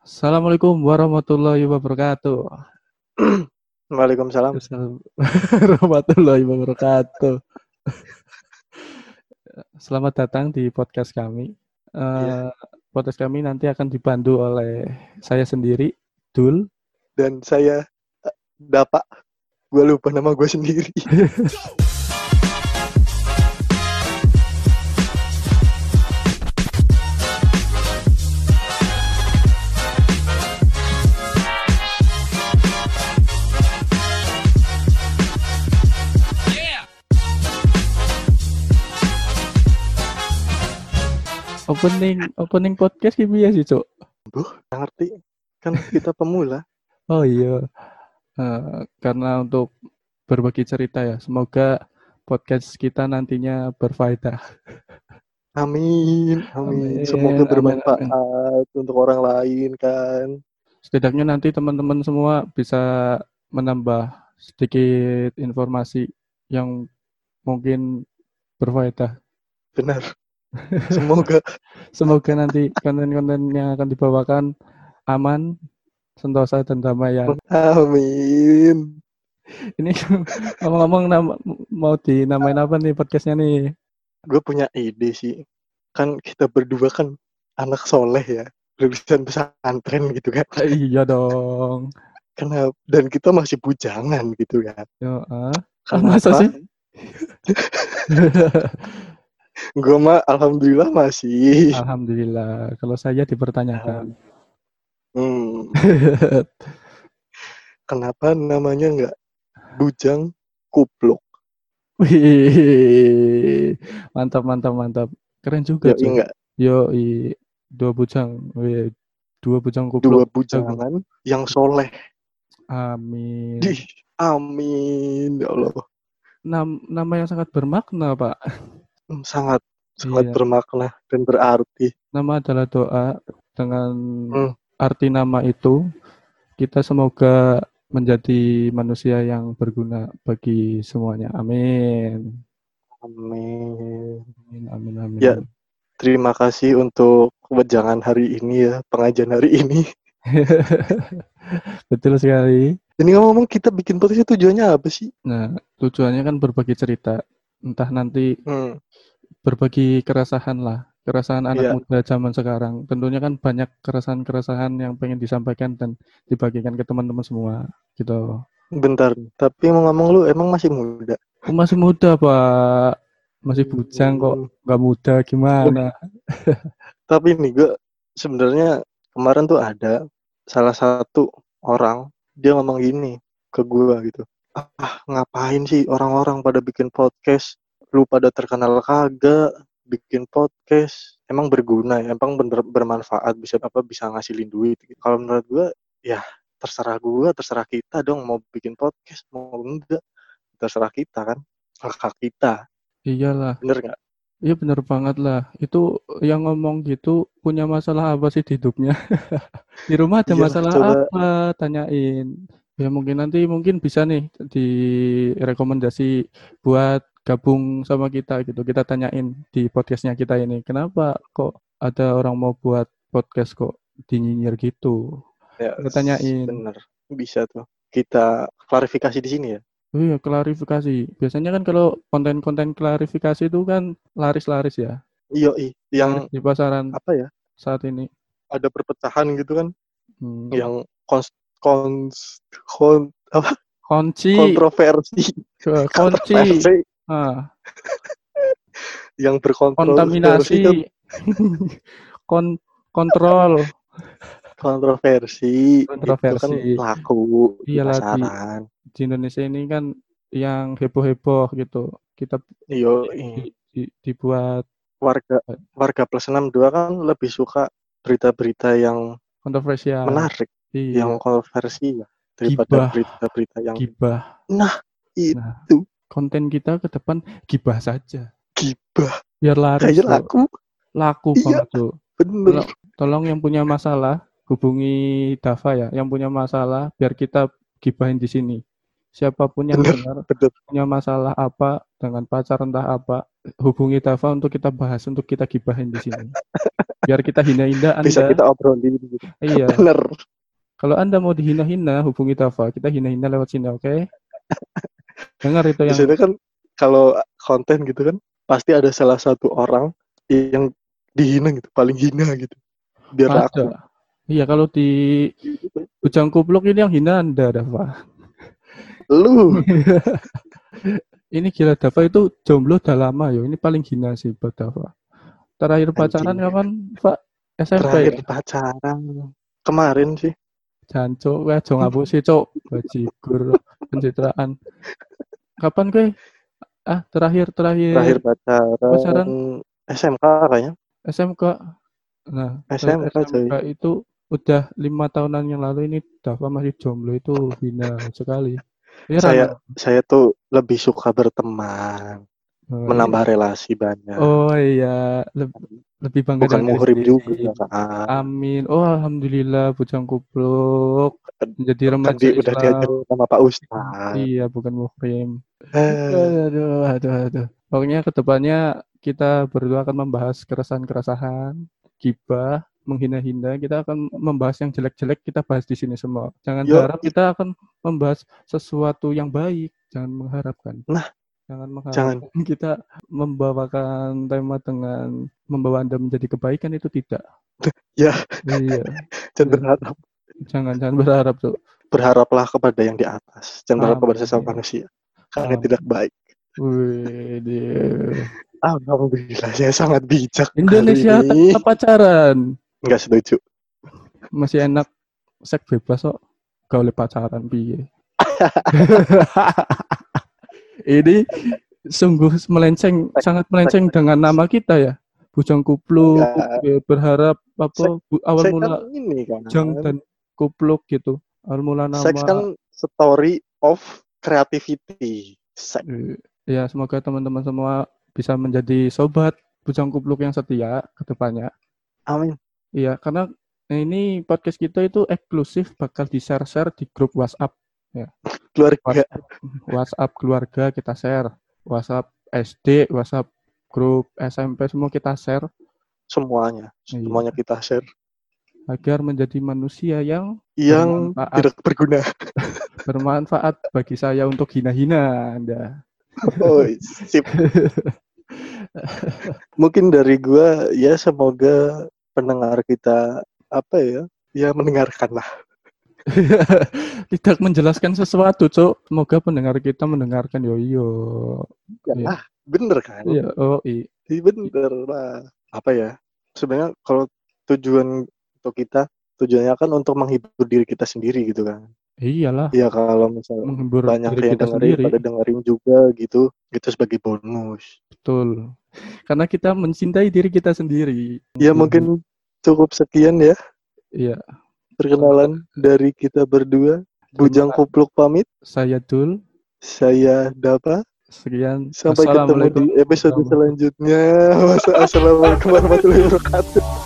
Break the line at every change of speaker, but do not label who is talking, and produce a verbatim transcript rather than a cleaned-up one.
Assalamualaikum warahmatullahi wabarakatuh.
Waalaikumsalam.
Warahmatullahi wabarakatuh. Selamat datang di podcast kami. Uh,
Iya.
Podcast kami nanti akan dipandu oleh saya sendiri, Dul.
Dan saya, Bapak. Gue lupa nama gue sendiri.
Opening opening podcast gimana sih, Cuk?
Buh, ngerti. Kan kita pemula.
Oh iya. Uh, karena untuk berbagi cerita ya. Semoga podcast kita nantinya berfaedah.
Amin, amin.
Amin,
Semoga bermanfaat
amin, amin.
untuk orang lain kan.
Setidaknya nanti teman-teman semua bisa menambah sedikit informasi yang mungkin berfaedah.
Benar. Semoga
Semoga nanti konten-konten yang akan dibawakan aman, sentosa dan damai ya.
Amin.
Ini ngomong-ngomong nama, mau dinamain apa nih podcastnya nih?
Gue punya ide sih. Kan kita berdua kan anak soleh ya. Lulusan pesantren gitu kan.
Eh, iya dong.
Kenapa? Dan kita masih bujangan gitu kan.
Yo, ah.
Kenapa?
Masa sih?
Gue mah alhamdulillah masih.
Alhamdulillah. Kalau saya dipertanyakan.
Hmm. Kenapa namanya nggak bujang kupluk?
Wih, mantap, mantap, mantap. Keren juga,
Ya enggak.
Yo, i, dua bujang. Wih, dua bujang kupluk.
Dua bujangan yang soleh.
Amin.
Dih, amin ya Allah.
Nam, nama yang sangat bermakna, Pak.
Sangat, sangat
Iya.
bermakna dan berarti.
Nama adalah doa. Dengan
hmm.
arti nama itu, kita semoga menjadi manusia yang berguna bagi semuanya. Amin.
Amin.
Amin, amin, amin.
Ya, terima kasih untuk wejangan hari ini ya, pengajian hari ini.
Betul sekali.
Ini ngomong kita bikin podcast tujuannya apa sih?
Nah, tujuannya kan berbagi cerita. Entah nanti
hmm.
berbagi keresahan lah. Keresahan anak
ya.
muda zaman sekarang. Tentunya kan banyak keresahan-keresahan yang pengen disampaikan dan dibagikan ke teman-teman semua. Gitu.
Bentar, tapi mau ngomong lu emang masih muda?
Oh, masih muda, Pak. Masih bujang kok. Gak muda gimana?
Tapi nih gue sebenarnya kemarin tuh ada salah satu orang, dia ngomong gini ke gue gitu. Ah, ngapain sih orang-orang pada bikin podcast? Lu pada terkenal kagak bikin podcast? Emang berguna ya? Emang bener bermanfaat? Bisa apa? Bisa ngasilin duit? Gitu. Kalau menurut gue, ya terserah gue, terserah kita dong mau bikin podcast mau enggak. Terserah kita kan, hak kita.
Iyalah.
Bener nggak?
Iya bener banget lah. Itu yang ngomong gitu punya masalah apa sih di hidupnya? Di rumah ada
Iyalah,
masalah
coba.
apa? Tanyain. Ya mungkin nanti mungkin bisa nih direkomendasi buat gabung sama kita gitu. Kita tanyain di podcastnya kita ini. Kenapa kok ada orang mau buat podcast kok dinyinyir gitu?
Ya,
Kita tanyain.
bener. Bisa tuh. Kita klarifikasi di sini ya.
Oh iya, klarifikasi. Biasanya kan kalau konten-konten klarifikasi itu kan laris-laris ya.
Iya, yang
di pasaran
apa ya?
Saat ini
ada perpecahan gitu kan.
Hmm.
Yang kons kons kon apa?
Kunci.
Kontroversi.
Kunci. Ah.
Yang berkontroversi.
Kontaminasi. Kon kontrol.
Kontroversi.
Kontroversi.
Itu kan laku di
Iyalah,
pasaran.
Di, di Indonesia ini kan yang heboh-heboh gitu. Kita
Iyo,
di, di, dibuat
warga warga plus enam puluh dua kan lebih suka berita-berita yang
kontroversial,
menarik,
iya.
yang kontroversi ya, daripada
gibah.
berita-berita yang
gibah.
Nah, itu.
Nah, konten kita ke depan gibah saja.
Gibah.
Biar laris.
Kayak laku.
Laku
iya,
banget tuh.
Bener.
Tolong, tolong yang punya masalah hubungi Dava ya, yang punya masalah biar kita gibahin di sini. siapapun yang
Bener,
dengar
betul.
punya masalah apa dengan pacar entah apa, hubungi Dava untuk kita bahas, untuk kita gibahin di sini. Biar kita hina-hina
Bisa
Anda.
kita obrolin gitu.
Iya.
Bener.
Kalau Anda mau dihina-hina, hubungi Dava. Kita hina-hina lewat sini, oke? Okay? Dengar itu yang
Biasanya kan kalau konten gitu kan pasti ada salah satu orang yang dihina gitu, paling hina gitu. Biar laku.
ada. Iya, kalau di Bujang Kupluk ini yang hina Anda, Dava.
Lu.
Ini gila, Dava itu jomblo udah lama ya. Ini paling hina sih buat Dava. Terakhir pacaran
Anjing.
kapan, Pak? S M P
Terakhir
ya?
pacaran kemarin sih.
Jancuk, weh, aja ngapusi, Cuk. Bajigur, pencitraan. Kapan kowe? Ah, terakhir
Terakhir
terakhir
pacaran
pacaran
S M K kayaknya.
S M K. Nah, kalau
S M K coy.
S M K itu udah lima tahunan yang lalu, ini Dava masih jomblo, itu hina sekali.
Saya
Heran.
saya tuh lebih suka berteman,
Oh
menambah
iya,
relasi banyak.
oh iya. Leb- lebih bangga
Bukan
dengan diri
muhrim
sendiri.
juga kan.
Amin. Oh, alhamdulillah, Bujang Kupluk menjadi
Kan
remaja
di, udah
Islam.
diajarin sama Pak Ustadz.
Iya, bukan muhrim.
Eh,
Aduh, aduh, aduh. Pokoknya kedepannya kita berdua akan membahas keresahan-keresahan, gibah, menghina-hina. Kita akan membahas yang jelek-jelek, kita bahas di sini semua. Jangan
Yo,
berharap kita akan membahas sesuatu yang baik. Jangan mengharapkan.
nah,
Jangan
jangan.
mengharapkan kita membawakan tema dengan membawa Anda menjadi kebaikan, itu tidak.
Ya,
Iya.
jangan berharap.
Jangan, jangan berharap tuh.
Berharaplah kepada yang di atas. Jangan berharap kepada sesama
Amin.
manusia. Karena
Amin.
tidak baik.
Wih, dia.
Alhamdulillah, saya sangat bijak
Indonesia
hari ini.
tanpa pacaran.
Enggak setuju.
Masih enak seks bebas kok. Gak boleh pacaran piye. Ini sungguh melenceng,
Seks,
sangat melenceng
seks,
dengan nama kita ya. Bujang Kupluk,
enggak.
ya, berharap
Seks,
apa bu- awal
seks kan
mula
ini kan.
Bujang dan Kupluk gitu. Awal mula
Seks
nama.
kan story of creativity. Seks.
eh, Ya, semoga teman-teman semua bisa menjadi sobat Bujang Kupluk yang setia ke depannya.
Amin.
Iya, karena ini podcast kita itu eksklusif, bakal di-share-share di grup WhatsApp. Ya.
Keluarga.
WhatsApp, WhatsApp keluarga kita share, WhatsApp S D, WhatsApp grup S M P, semua kita share.
Semuanya.
Iya.
Semuanya kita share.
Agar menjadi manusia yang
Yang
bermanfaat,
tidak berguna.
bermanfaat bagi saya untuk hina-hina Anda.
Oh, sip. Mungkin dari gua ya semoga pendengar kita apa ya? Ya mendengarkan lah.
Tidak menjelaskan sesuatu, Cok. Semoga pendengar kita mendengarkan yo yo.
Ya,
Iya.
ah, bener kan?
Iya, oh iya.
Iya bener lah. Apa ya? Sebenarnya kalau tujuan untuk kita, tujuannya kan untuk menghibur diri kita sendiri gitu kan.
Iyalah,
Ya kalau misalnya
menghibur
banyak
diri
yang
kita
dengerin,
sendiri.
pada dengerin juga gitu, itu sebagai bonus.
Betul. Karena kita mencintai diri kita sendiri.
Ya mungkin cukup sekian ya
Iya.
perkenalan dari kita berdua. Bujang Kupluk pamit.
Saya Dul.
Saya Dapa.
Sekian.
Sampai ketemu di
Assalamualaikum
episode
warahmatullahi wabarakatuh.
selanjutnya. Wassalamualaikum warahmatullahi wabarakatuh.